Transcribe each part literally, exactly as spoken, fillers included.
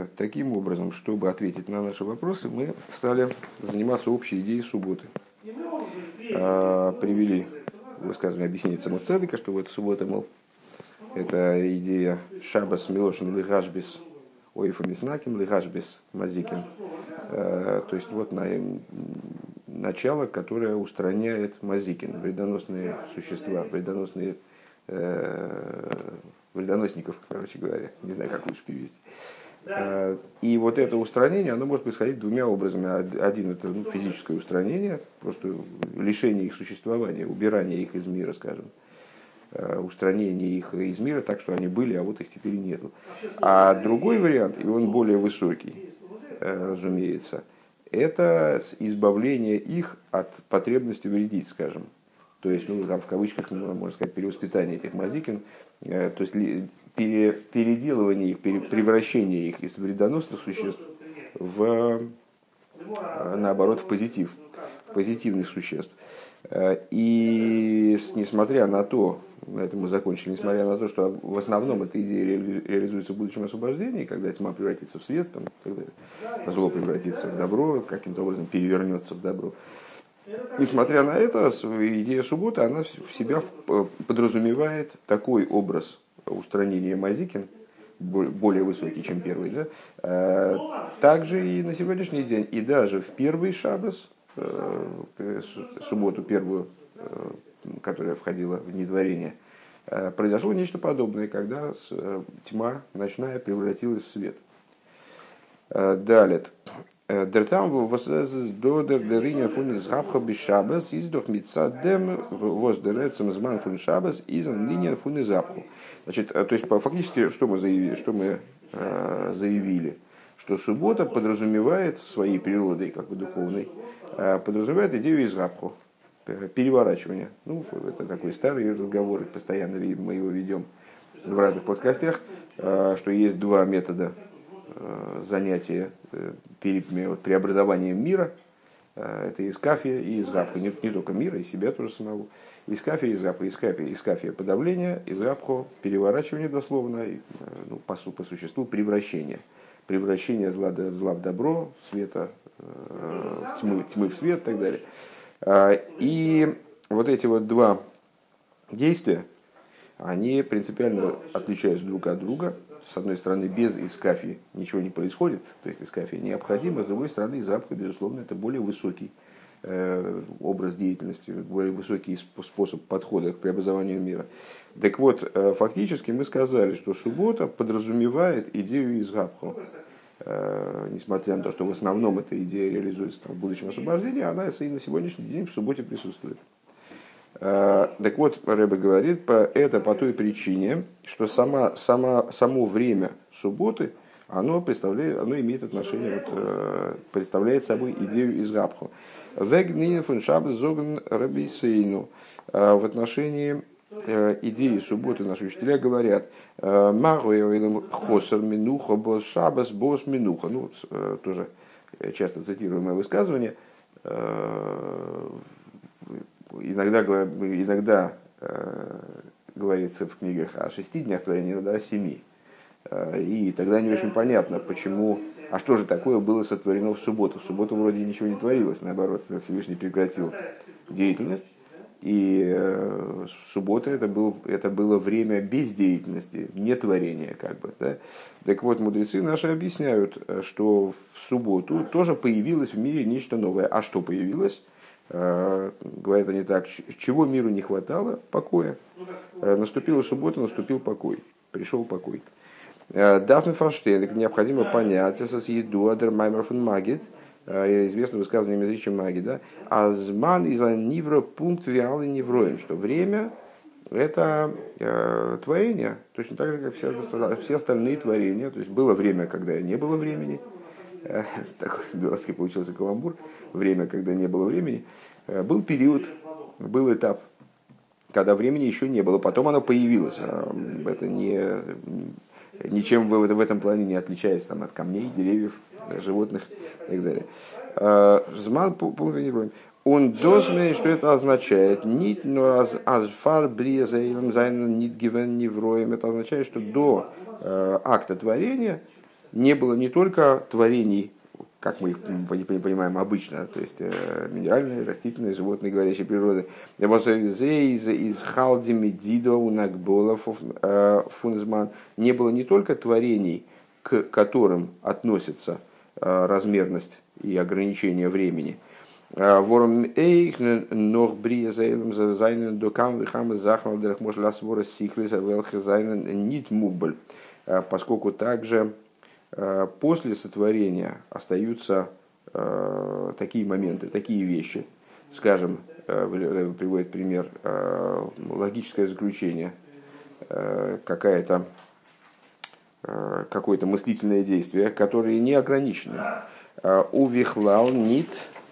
таким образом, чтобы ответить на наши вопросы, мы стали заниматься общей идеей субботы. Привели высказывание объяснения самого Цедека, что в эту субботу, мол, это идея шабас милошин лихашбис оифамиснаким лихашбис мазиким. То есть вот на, начало, которое устраняет мазикин, вредоносные существа, вредоносные э, вредоносников, короче говоря, не знаю, как лучше перевести. И вот это устранение, оно может происходить двумя образами. Один — это ну, физическое устранение, просто лишение их существования, убирание их из мира, скажем, устранение их из мира так, что они были, а вот их теперь нету. А другой вариант, и он более высокий, разумеется, это избавление их от потребности вредить, скажем. То есть, ну, там в кавычках, можно сказать, перевоспитание этих мазикин, то есть переделывание их, превращение их из вредоносных существ в, наоборот, в позитив, в позитивных существ. И несмотря на то, на этом мы закончили, несмотря на то, что в основном эта идея реализуется в будущем освобождении, когда тьма превратится в свет, там, так далее, зло превратится в добро, каким-то образом перевернется в добро. Несмотря на это, идея субботы, она в себя подразумевает такой образ устранения мазикин, более высокий, чем первый, да? Также и на сегодняшний день, и даже в первый шаббас, субботу первую, которая входила в недворение, произошло нечто подобное, когда тьма ночная превратилась в свет. Далее. Дертам воздер дериня фун изгабха бишабас издох митсадем воздерецем зман фун шабас изан линия фун изгабху. Значит, то есть фактически что мы заявили, что мы э, заявили, что суббота подразумевает своей природой, как бы духовной, э, подразумевает идею изгабху, переворачивания. Ну, это такой старый разговор, постоянно мы его ведем в разных плоскостях, э, что есть два метода занятия преобразованием мира. Это искафия и изгабха. Не, не только мира, и себя тоже самого. Искафия и изгабха. Искафия, искафия подавление, изгабха переворачивание дословно, ну, по, по существу превращение. Превращение зла, зла в добро, света в тьмы, тьмы в свет и так далее. И вот эти вот два действия, они принципиально отличаются друг от друга. С одной стороны, без искафии ничего не происходит, то есть искафия необходима, с другой стороны, изгабха, безусловно, это более высокий э, образ деятельности, более высокий способ подхода к преобразованию мира. Так вот, э, фактически мы сказали, что суббота подразумевает идею изгабху. Э, несмотря на то, что в основном эта идея реализуется там, в будущем освобождении, она и на сегодняшний день в субботе присутствует. Так вот, Ребе говорит, это по той причине, что сама, сама, само время субботы, оно, представляет, оно имеет отношение, вот, представляет собой идею изгабху. В отношении идеи субботы наши учителя говорят, хосер минуха бос шабас бос минуха. Ну, тоже часто цитируемое высказывание. Иногда, иногда э, говорится в книгах о шести днях творения, иногда о семи. Э, и тогда не очень понятно, почему, а что же такое было сотворено в субботу. В субботу вроде ничего не творилось, наоборот, Всевышний прекратил деятельность. И э, суббота это, был, это было время бездеятельности, не творения, как бы. Да? Так вот, мудрецы наши объясняют, что в субботу тоже появилось в мире нечто новое. А что появилось? Говорят они так, чего миру не хватало? Покоя. Наступила суббота, наступил покой. Пришел покой. Дафн Фанштейн, необходимо понять, это с еду Адермаймер фон Магид, известное высказывание Мезрича Магида, азман из нивро пункт виалы невроем, что время это э, творение, точно так же, как все, все остальные творения. То есть было время, когда не было времени. Такой дурацкий получился каламбур. Время, когда не было времени. Был период, был этап, когда времени еще не было. Потом оно появилось. Это не, ничем в, в этом плане не отличается там, от камней, деревьев, животных и так далее. Зман полный. Он дозме, что это означает? Нит, но азфар брезаилом зайн нит гивен невроем. Это означает, что до акта творения не было не только творений, как мы их понимаем обычно, то есть минеральные, растительные, животные, говорящие природы. Из халдими дидо унакболов фунзман не было не только творений, к которым относится размерность и ограничение времени. Вором эйх нох брия заэлем зайнен докам вихам захмал дерх мошла свора сихлиса велхе зайнен нит мубль, поскольку также после сотворения остаются э, такие моменты, такие вещи. Скажем, э, приводит пример, э, логическое заключение, э, какая-то, э, какое-то мыслительное действие, которые не ограничены. Увихлал нит,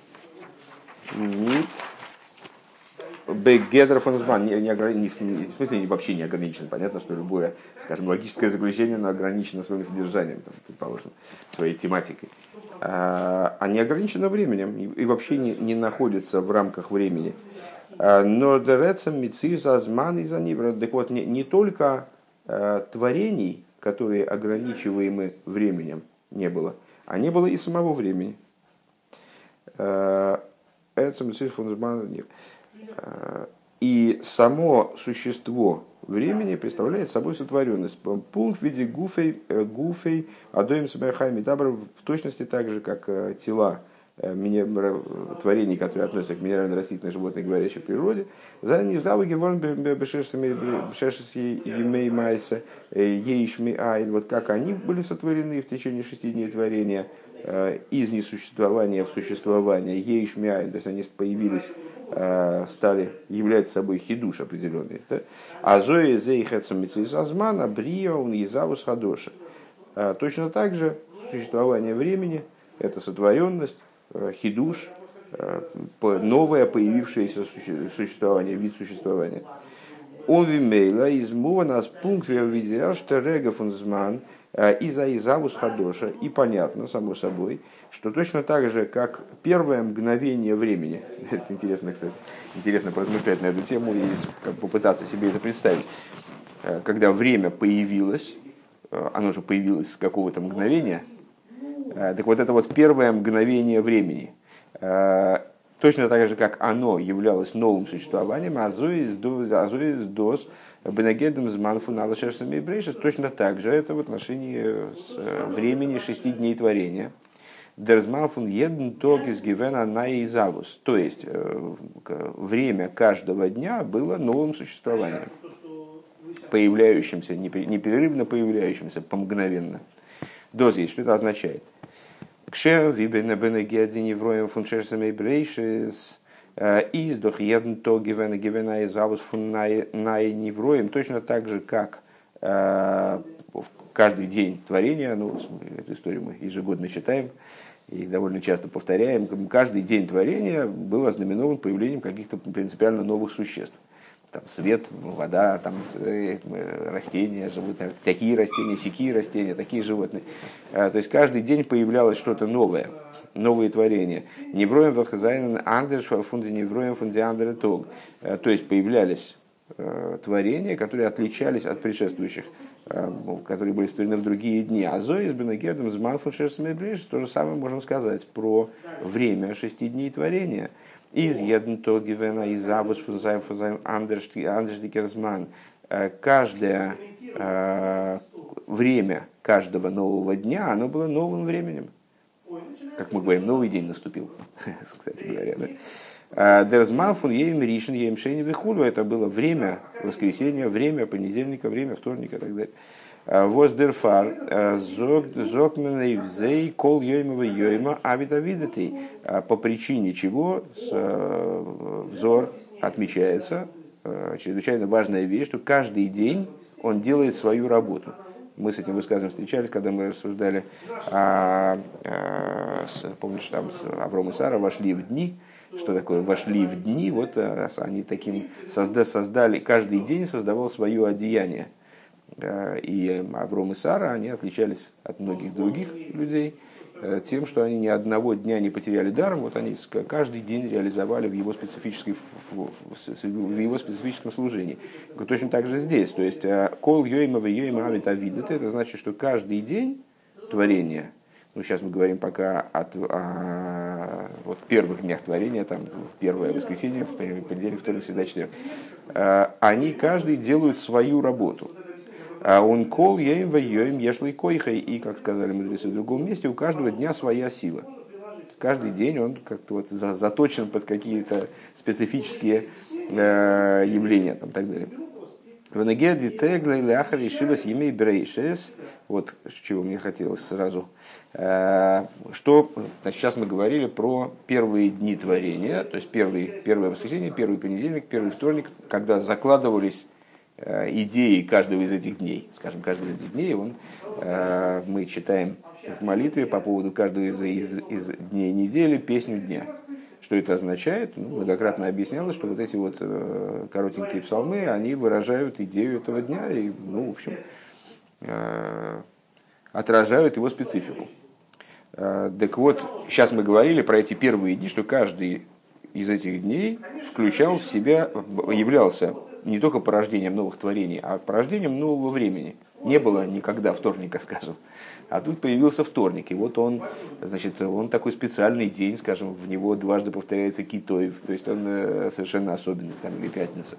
нит, Бегедер фонзман, не, не, не, в смысле вообще не ограничено. Понятно, что любое, скажем, логическое заключение, оно ограничено своим содержанием, там, предположим, своей тематикой. А, а не ограничено временем и, и вообще не, не находится в рамках времени. Но дерецам мицис азман и занивра. Так вот, не, не только а, творений, которые ограничиваемы временем, не было, а не было и самого времени. Эцам мицис фонзман нет. И само существо времени представляет собой сотворенность. Пункт в виде гуфей, гуфей, адоим сабайхай мидабр, в точности так же, как тела творений, которые относятся к минерально-растительной, животной, говорящей природе. За низлавы геворн бешешеси емей майса ейшми айн. Вот как они были сотворены в течение шести дней творения из несуществования в существование ейшми айн. То есть они появились, стали являть собой хидуш определенный. А зои зейхэцам митсис азмана брио он изавус хадоша. Точно так же существование времени — это сотворенность, хидуш, новое появившееся существование, вид существования. Овимейла из нас пункт из-за изавус хадоша. И понятно, само собой, что точно так же, как первое мгновение времени, это интересно, кстати, интересно поразмышлять на эту тему и попытаться себе это представить, когда время появилось, оно же появилось с какого-то мгновения, так вот это вот первое мгновение времени, точно так же, как оно являлось новым существованием, азоис дос бенегедом зманфу налашерсами и брейшес, точно так же это в отношении времени шести дней творения. Дерзманфун еден тогис гивена наизавус, то есть время каждого дня было новым существованием, появляющимся, непрерывно появляющимся, помгновенно. Дози, что это означает? Кше вибена бенегедин евроем фуншерсами брейшес издох еден то гивена гивена изавус фун наиневроем, точно так же, как каждый день творения, ну, эту историю мы ежегодно читаем и довольно часто повторяем, каждый день творения был ознаменован появлением каких-то принципиально новых существ. Там свет, вода, там растения живут, такие растения, сякие растения, такие животные. То есть каждый день появлялось что-то новое, новые творения. Невроем вахзайнен андерш фунди невроем фунди андертог. То есть появлялись творения, которые отличались от предшествующих, которые были створены в другие дни. А Зоис бенегедом зманфун шерсами брейшес, то же самое можем сказать про время шести дней творения. Из еден то гивена из абус фунзайм фунзайм андерштикерзман. Каждое время каждого нового дня, оно было новым временем. Как мы говорим, новый день наступил, кстати говоря. Дерзман фун ейм ришен ейм шейни вихулю. Это было время воскресенья, время понедельника, время вторника и так далее. Воздерфар зокменей взей кол йоймова йойма авидавидатей. По причине чего взор отмечается, чрезвычайно важная вещь, что каждый день он делает свою работу. Мы с этим высказыванием встречались, когда мы рассуждали, а, а, с, помнишь, там Авром и Сара вошли в дни. Что такое вошли в дни? Вот они таким создали, каждый день создавал свое одеяние. И Авром и Сара, они отличались от многих других людей тем, что они ни одного дня не потеряли даром. Вот они каждый день реализовали в его, специфической, в его специфическом служении. Точно так же здесь. То есть кол йойма в йойма авит авидат. Это значит, что каждый день творения, ну, сейчас мы говорим пока от, о вот, первых днях творения, там, первое воскресенье, понедельник, вторник, среда, четверг, они каждый делают свою работу. Он кол яим вайоим ешлой койхой, и, как сказали мудрецы в другом месте, у каждого дня своя сила. Каждый день он как-то вот заточен под какие-то специфические э, явления там, и так далее. Вот чего мне хотелось сразу. Что, значит, сейчас мы говорили про первые дни творения, то есть первый, первое воскресенье, первый понедельник, первый вторник, когда закладывались идеи каждого из этих дней. Скажем, каждый из этих дней он, мы читаем в молитве по поводу каждого из, из, из дней недели песню дня. Что это означает? Ну, многократно объяснялось, что вот эти вот э, коротенькие псалмы, они выражают идею этого дня и, ну, в общем, э, отражают его специфику. Э, так вот, сейчас мы говорили про эти первые дни, что каждый из этих дней включал в себя, являлся не только порождением новых творений, а порождением нового времени. Не было никогда вторника, скажем. А тут появился вторник, и вот он, значит, он такой специальный день, скажем, в него дважды повторяется китоев, то есть он совершенно особенный, там, или пятница.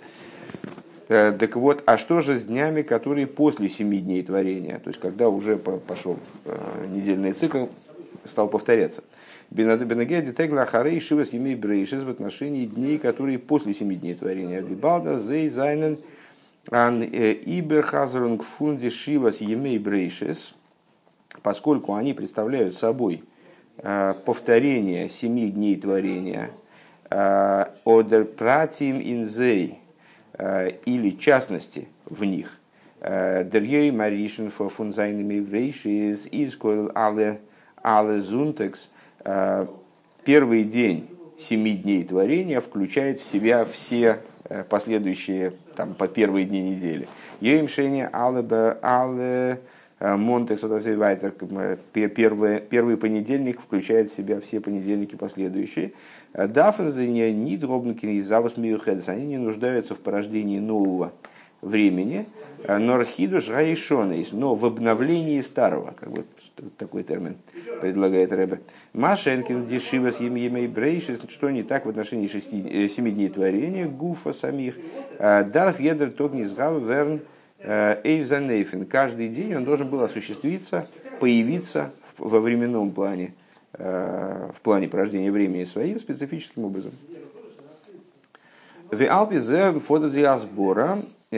Так вот, а что же с днями, которые после семи дней творения, то есть когда уже пошел недельный цикл, стал повторяться? Бенагеди тегла харей шивас емей брейшис в отношении дней, которые после семи дней творения. Вибалда зей зайнен ан иберхазерунг фунди шивас емей брейшис, поскольку они представляют собой повторение семи дней творения, одер пратим инзей, или частности в них, дерьей маришен фо фунзайнами брейшис изкойл але але зунтекс. Первый день семи дней творения включает в себя все последующие там, по первые дни недели. Йоимшение алебе але монтекс первый, первый понедельник включает в себя все понедельники последующие. Дафнзене ни дробники и завус миюхедес, они не нуждаются в порождении нового времени, норхидуш гаишонейс, но в обновлении старого, как бы такой термин предлагает Ребе. Машенкин дешивас емей брейшис, что не так в отношении шести, семи дней творения, гуфа самих. Дарф едер ток низгав верн эйвзанейфен. Каждый день он должен был осуществиться, появиться во временном плане, в плане порождения времени своим специфическим образом. В Алпизе фотозиасбора и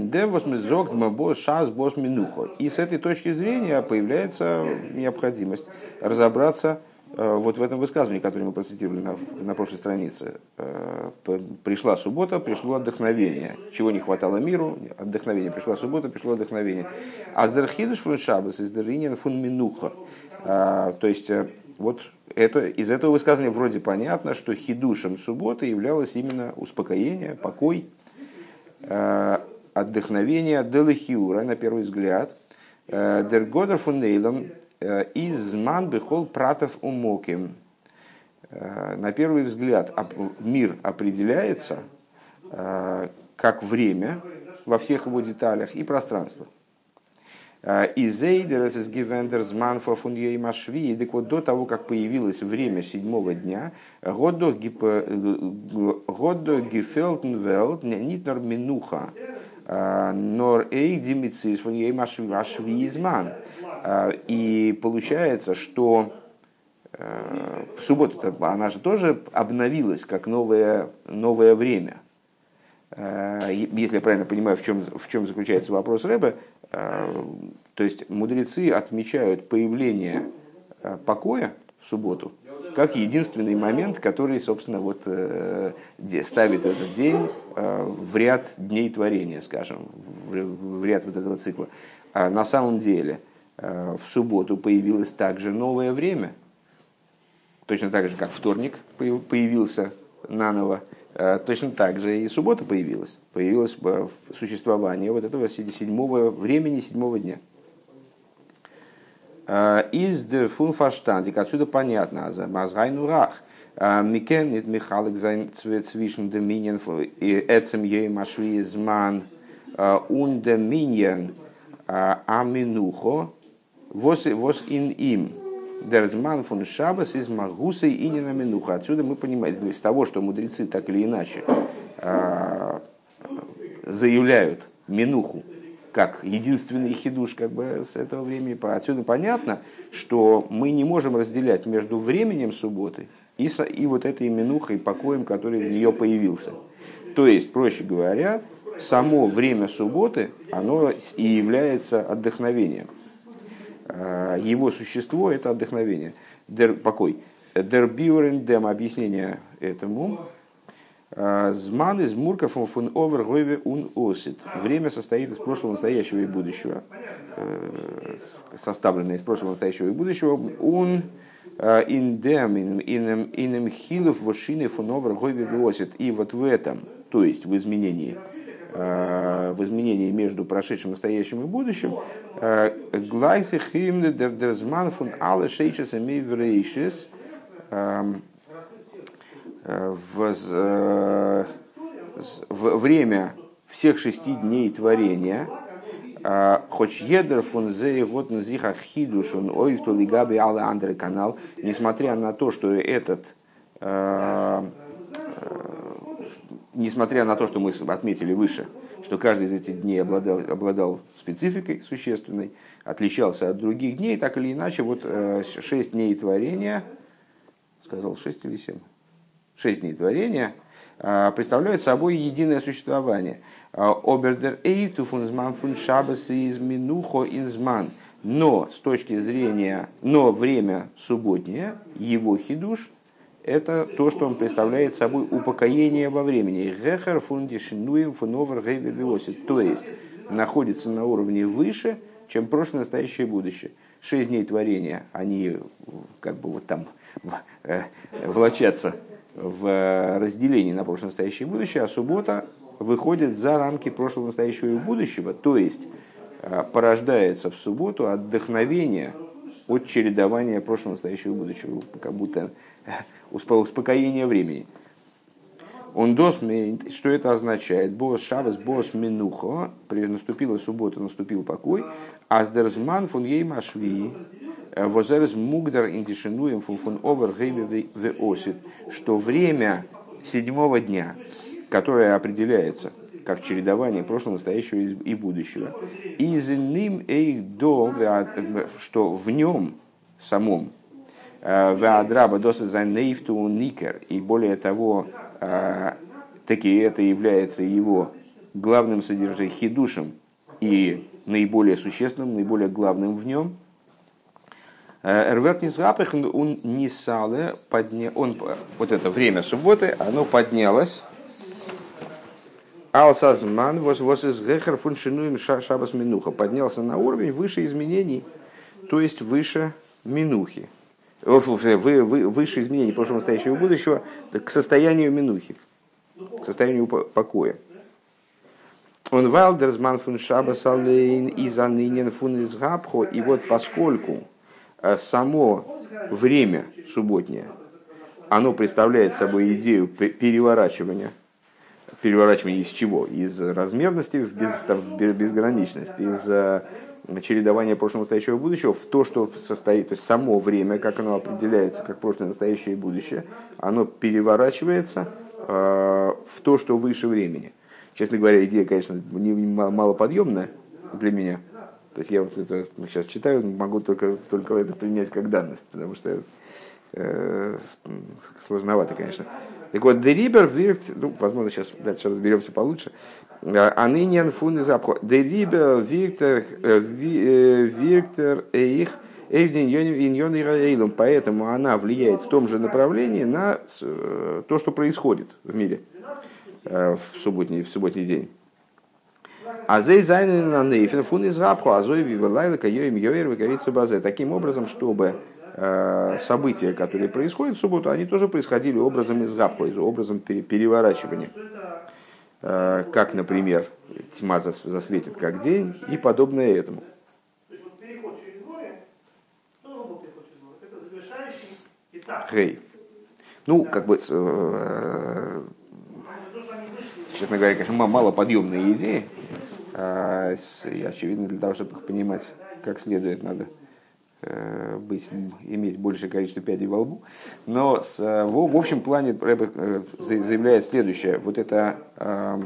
с этой точки зрения появляется необходимость разобраться вот в этом высказывании, которое мы процитировали на, на прошлой странице. Пришла суббота, пришло отдохновение. Чего не хватало миру? Отдохновение. Пришла суббота, пришло отдохновение. Аздерхидуш фун шабас, издеринен фун минуха. То есть, вот это, из этого высказывания вроде понятно, что хидушем субботы являлось именно успокоение, покой, отдохновение, делахиура, на первый взгляд, дергодер фунейлом, изман бихол пратов умоким. На первый взгляд мир определяется как время во всех его деталях и пространство. Изейдерес из гивендерсман фофуньей машви, так вот до того, как появилось время седьмого дня, годо гифелтенвелт нитнор минуха, нор эйк димицис фуньей машви изман. И получается, что в субботу она же тоже обновилась как новое, новое время. Если я правильно понимаю, в чем, в чем заключается вопрос Ребе, то есть мудрецы отмечают появление покоя в субботу как единственный момент, который, собственно, вот, ставит этот день в ряд дней творения, скажем, в ряд вот этого цикла. А на самом деле в субботу появилось также новое время, точно так же, как вторник появился наново. Точно так же и суббота появилась. Появилось существование вот этого седьмого времени, седьмого дня. Из der Funverstandig, отсюда понятно, Мазгайнурах, Микен нит Михалик zwischen dem Minyan Эцем Йоим Ашви Зман und dem Minyan Аминухо, вос вос ин им. Дерзман фун шабас из магусы и не на минуха. Отсюда мы понимаем, из того, что мудрецы так или иначе заявляют минуху как единственный хидуш как бы с этого времени. Отсюда понятно, что мы не можем разделять между временем субботы и, со, и вот этой минухой, покоем, который в нее появился. То есть, проще говоря, само время субботы, оно и является отдохновением. Его существо – это отдохновение. Der, покой. Der Biuren dem, объяснение этому. Зман из мурков фун овер гойве ун осит. Время состоит из прошлого, настоящего и будущего. Составленное из прошлого, настоящего и будущего. Un in dem in in хилов вошины фун овер гойве осит. И вот в этом, то есть в изменении, в изменении между прошедшим, настоящим и будущим, глайсы химны дер дерзман фун alle шейчес и миврейшес. В, в время всех шести дней творения, хоть едер фун зей год назиха хидушун ой в толигаби алла андре канал, несмотря на то, что этот, несмотря на то, что мы отметили выше, что каждый из этих дней обладал, обладал спецификой существенной, отличался от других дней, так или иначе, вот шесть дней творения, сказал шесть или семь? Шесть дней творения представляют собой единое существование. Обердер эйфту фунзман фун шабас из минухо инзман. Но с точки зрения, но время субботнее, его хидуш, это то, что он представляет собой упокоение во времени. Гехер фундишинуем фуновер гейвебиосит. То есть находится на уровне выше, чем прошлое, настоящее и будущее. Шесть дней творения, они как бы вот там влачатся в разделении на прошлое, настоящее и будущее, а суббота выходит за рамки прошлого, настоящего и будущего, то есть порождается в субботу отдохновение от чередования прошлого, настоящего и будущего, как будто успокоение времени. Он досме, что это означает? Бос шабас, бос минухо, наступила суббота, наступил покой, а сдерзман фун ей машви, возерс мугдар интишинуем фун фун овер гейбе ве осит, что время седьмого дня, которое определяется как чередование прошлого, настоящего и будущего, из ним эйх до, что в нем самом веадраба досы за нейфту никер, и более того, таки это является его главным содержанием, хидушем и наиболее существенным, наиболее главным в нем. Эрверт низапах он нисале подня, он вот это время субботы, оно поднялось. Алсазман воз воз из гехер фуншинуем шабас минуха, поднялся на уровень выше изменений, то есть выше минухи. Выше изменений прошлого, настоящего и будущего к состоянию минухи, к состоянию покоя. Он валдерзман фун шабас алейн и занынен фун из габхо, и вот поскольку само время субботнее, оно представляет собой идею переворачивания. Переворачивание из чего? Из размерности в, без, в безграничность, из чередования прошлого, настоящего и будущего в то, что состоит, то есть само время, как оно определяется, как прошлое, настоящее и будущее, оно переворачивается э, в то, что выше времени. Честно говоря, идея, конечно, не, малоподъемная для меня. То есть я вот это сейчас читаю, могу только, только это принять как данность, потому что э, сложновато, конечно. Так вот, Дерибер виркт, ну, возможно, сейчас дальше разберемся получше. А ныне фун из обход. Дерибер вирктер вирктер эйх эйвдин иньон и раэйлум. Поэтому она влияет в том же направлении на то, что происходит в мире в субботний, в субботний день. А зей зайнен на нейфен фун из обход. А зой вивелайла кайоим йоэр выковится базе. Таким образом, чтобы события, которые происходят в субботу, они тоже происходили образом из габхо, образом переворачивания. Как, например, тьма засветит как день и подобное этому. Хей. Ну, как бы, честно говоря, конечно, малоподъемные идеи. И, очевидно, для того, чтобы их понимать как следует, надо быть, иметь большее количество пядей во лбу. Но с, в, в общем плане Рэбе заявляет следующее. Вот это э,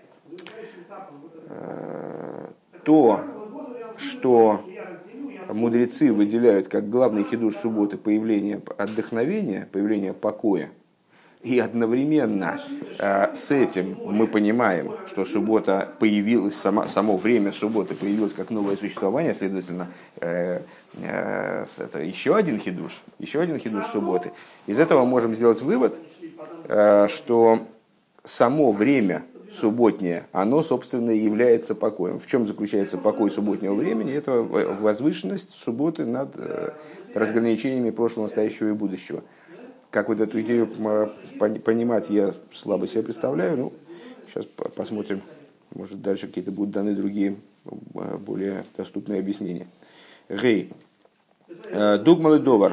э, то, что мудрецы выделяют как главный хидуш субботы появление отдохновения, появление покоя, и одновременно э, с этим мы понимаем, что суббота появилась, сама, само время субботы появилось как новое существование, следовательно, э, э, это еще один хидуш, еще один хидуш субботы. Из этого можем сделать вывод, э, что само время субботнее, оно, собственно, и является покоем. В чем заключается покой субботнего времени? Это возвышенность субботы над э, разграничениями прошлого, настоящего и будущего. Как вот эту идею понимать, я слабо себе представляю. Ну, сейчас посмотрим, может, дальше какие-то будут даны другие, более доступные объяснения. Гей. Дугмалы довар.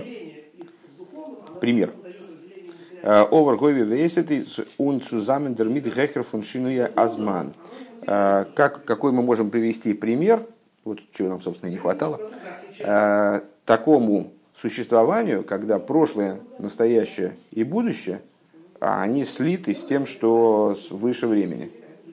Пример. Овар гойви весеты ун цузамен дермит гехер фун шинуя азман. Как, какой мы можем привести пример, вот чего нам, собственно, не хватало, такому существованию, когда прошлое, настоящее и будущее, они слиты с тем, что выше времени.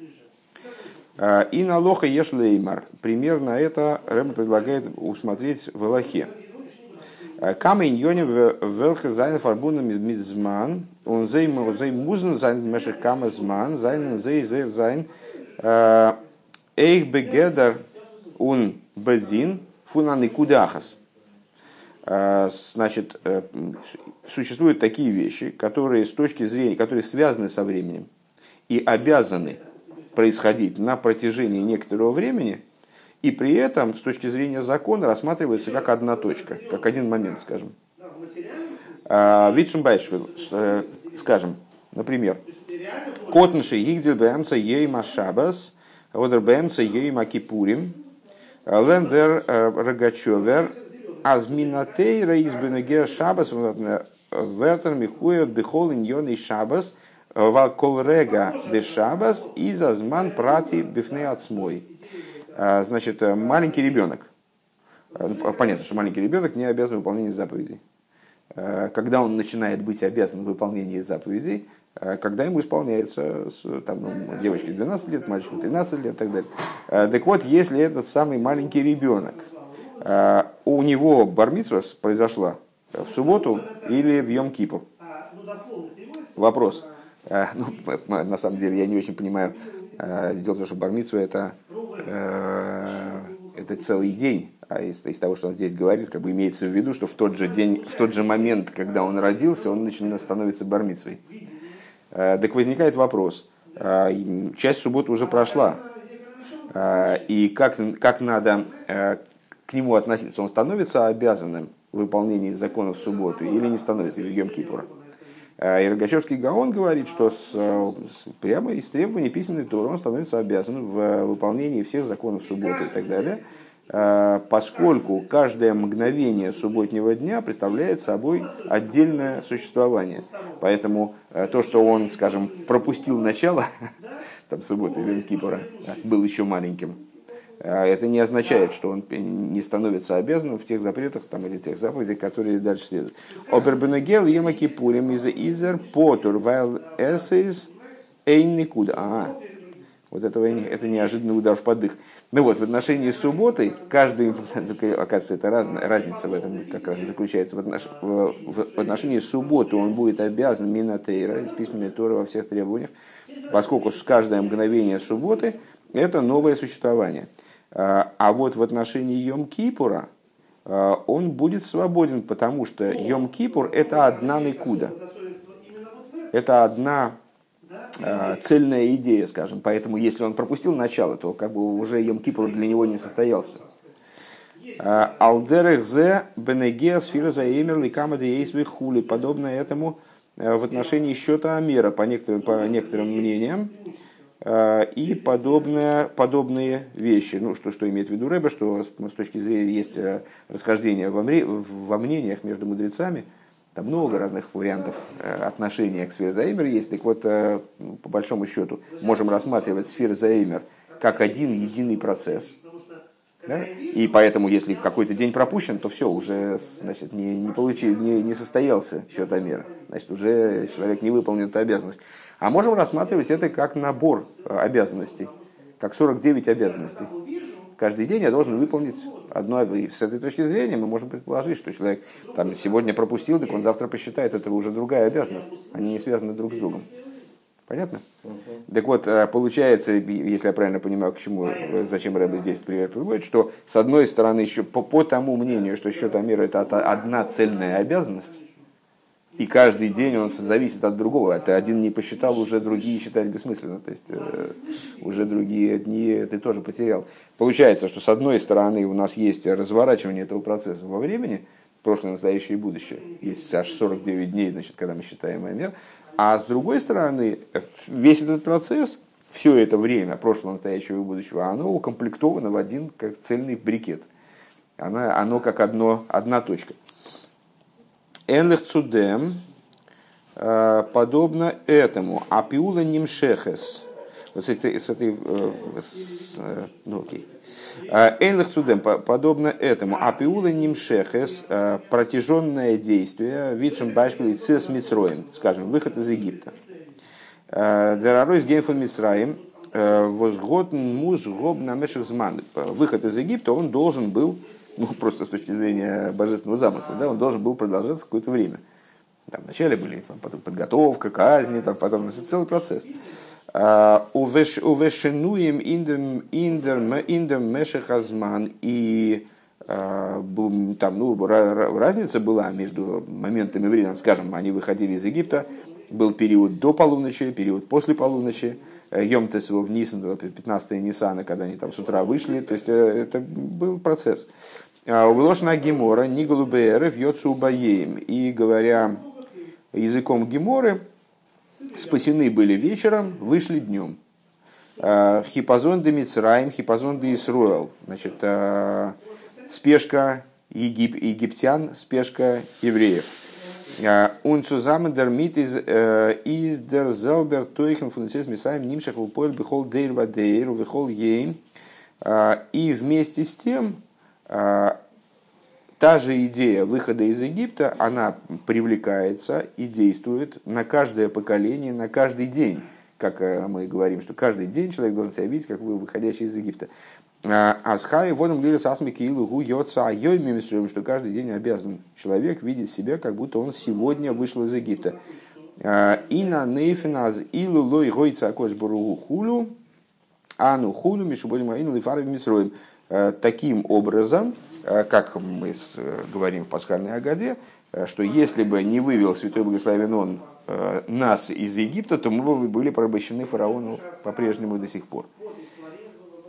И на лоха еш леймар. Примерно это Рэбе предлагает усмотреть в Алахе. Камень йоним велхе зайн фарбуна мизман, он зей музн зайн мешек кама зман, зайн зей зер зайн эйх бегедер ун бедзин фунаны кудахас. Значит, существуют такие вещи, которые с точки зрения, которые связаны со временем и обязаны происходить на протяжении некоторого времени, и при этом с точки зрения закона рассматриваются как одна точка, как один момент, скажем. Витсумбайшвил, скажем, например, Котнши Игдиль Бэмца Ейма Шабас, Одер Бэмца Ейма Кипурим, Лендер Рогачевер, Азминатейра из Бенегер Шабас Вертер Михуя Бехол Иньон и Шабас Ваколрега де Шабас из Азман Прати Бифне Ацмой. Значит, маленький ребенок. Понятно, что маленький ребенок не обязан выполнять заповедей. Когда он начинает быть обязан выполнять заповедей, когда ему исполняется, там, ну, девочке двенадцать лет, мальчику тринадцать лет и так далее. Так вот, если этот самый маленький ребенок, у него бар-мицва произошла в субботу или в Йом-Кипур? Вопрос. Ну, на самом деле я не очень понимаю. Дело в том, что бар-мицва это, это целый день. А из, из того, что он здесь говорит, как бы имеется в виду, что в тот же день, в тот же момент, когда он родился, он начинает становиться бар-мицвой. Так возникает вопрос. Часть субботы уже прошла. И как, как надо к нему относиться? Он становится обязанным в выполнении законов субботы или не становится в Йом-Кипура? И Рогачевский Гаон говорит, что с, с, прямо из требований письменной Торы он становится обязан в выполнении всех законов субботы и так далее, поскольку каждое мгновение субботнего дня представляет собой отдельное существование. Поэтому то, что он, скажем, пропустил начало там, субботы или Йом-Кипура, был еще маленьким, это не означает, что он не становится обязанным в тех запретах там, или тех заповедях, которые дальше следуют. Обербенегел ема кипурим из изер потур вайл эсэйс эйн никуда. А, вот этого, это неожиданный удар в поддых. Ну вот, в отношении субботы, каждый, оказывается, это раз, разница в этом как раз заключается. В, отнош, в, в отношении субботы он будет обязан минатейра, из письменной Торы во всех требованиях, поскольку с каждое мгновение субботы это новое существование. А вот в отношении Йом-Кипура он будет свободен, потому что Йом-Кипур это одна никуда. Это одна цельная идея, скажем. Поэтому если он пропустил начало, то как бы уже Йом-Кипур для него не состоялся. Алдерехзе бенеге сфира заэмер ликамады эйсвы хули. Подобно этому в отношении счета Омера, по некоторым, по некоторым мнениям, и подобные, подобные вещи. Ну, что, что имеет в виду Рэбе, что с точки зрения есть расхождение во, во мнениях между мудрецами. Там много разных вариантов отношения к сфере Заэмер есть. Так вот, по большому счету, можем рассматривать сферу Заэмер как один единый процесс. Да? И поэтому, если какой-то день пропущен, то все, уже значит, не, не, получил, не, не состоялся счетомер. Значит, уже человек не выполнил эту обязанность. А можем рассматривать это как набор обязанностей, как сорок девять обязанностей. Каждый день я должен выполнить одно. И с этой точки зрения мы можем предположить, что человек там, сегодня пропустил, так он завтра посчитает, это уже другая обязанность. Они не связаны друг с другом. Понятно? Uh-huh. Так вот, получается, если я правильно понимаю, к чему, зачем Рэбе здесь пример приводит, что с одной стороны, еще по, по тому мнению, что счетомер это одна цельная обязанность, и каждый день он зависит от другого. Это один не посчитал, уже другие считать бессмысленно. То есть э, уже другие дни ты тоже потерял. Получается, что с одной стороны у нас есть разворачивание этого процесса во времени, прошлое, настоящее и будущее. Есть аж сорок девять дней, значит, когда мы считаем мер. А с другой стороны, весь этот процесс, все это время прошлого, настоящего и будущего, оно укомплектовано в один как цельный брикет. Оно, оно как одно, одна точка. Энлех цудем, подобно этому, апиула нимшехес. Вот с этой, с этой с, ну окей. Энлех цудем, подобно этому, апиула нимшехес, протяженное действие, вицум башпил цес мицроем, скажем, выход из Египта. Дераройс геймфон мицраим, возгодн муз гоб намеших зман. Выход из Египта, он должен был, ну, просто с точки зрения божественного замысла, да, он должен был продолжаться какое-то время. Там вначале были там, потом подготовка, казни, там, потом целый процесс. Увешенуем индем мешехазман. И там ну, разница была между моментами времени. Скажем, они выходили из Египта, был период до полуночи, период после полуночи. Йом Тесвов Нисан, пятнадцатое Нисана, когда они там с утра вышли. То есть это был процесс. Увелошна Гемора, Нигалубеэр, Вьоцу Баеем. И говоря языком Геморы, спасены были вечером, вышли днем. Хипазон де Мицраим, хипазон де Исруэл. Значит, спешка егип, египтян, спешка евреев. Und zusammen damit ist der selber Teuchen von des Messiaim Нимшах упоил бихол дейр вадейр бихол ейм. И вместе с тем та же идея выхода из Египта, она привлекается и действует на каждое поколение, на каждый день. Как мы говорим, что каждый день человек должен себя видеть, как выходящий из Египта. Асхай водом лирис асмики илугу йоца айойми мисруем, что каждый день обязан человек видеть себя, как будто он сегодня вышел из Египта. Ина нейфиназ илу лой гойца акош боругу хулю, ану хулю мишубодим аину лифаров мисруем. Таким образом, как мы говорим в пасхальной Агаде, что если бы не вывел святой благословен он нас из Египта, то мы бы были порабощены фараону по-прежнему до сих пор.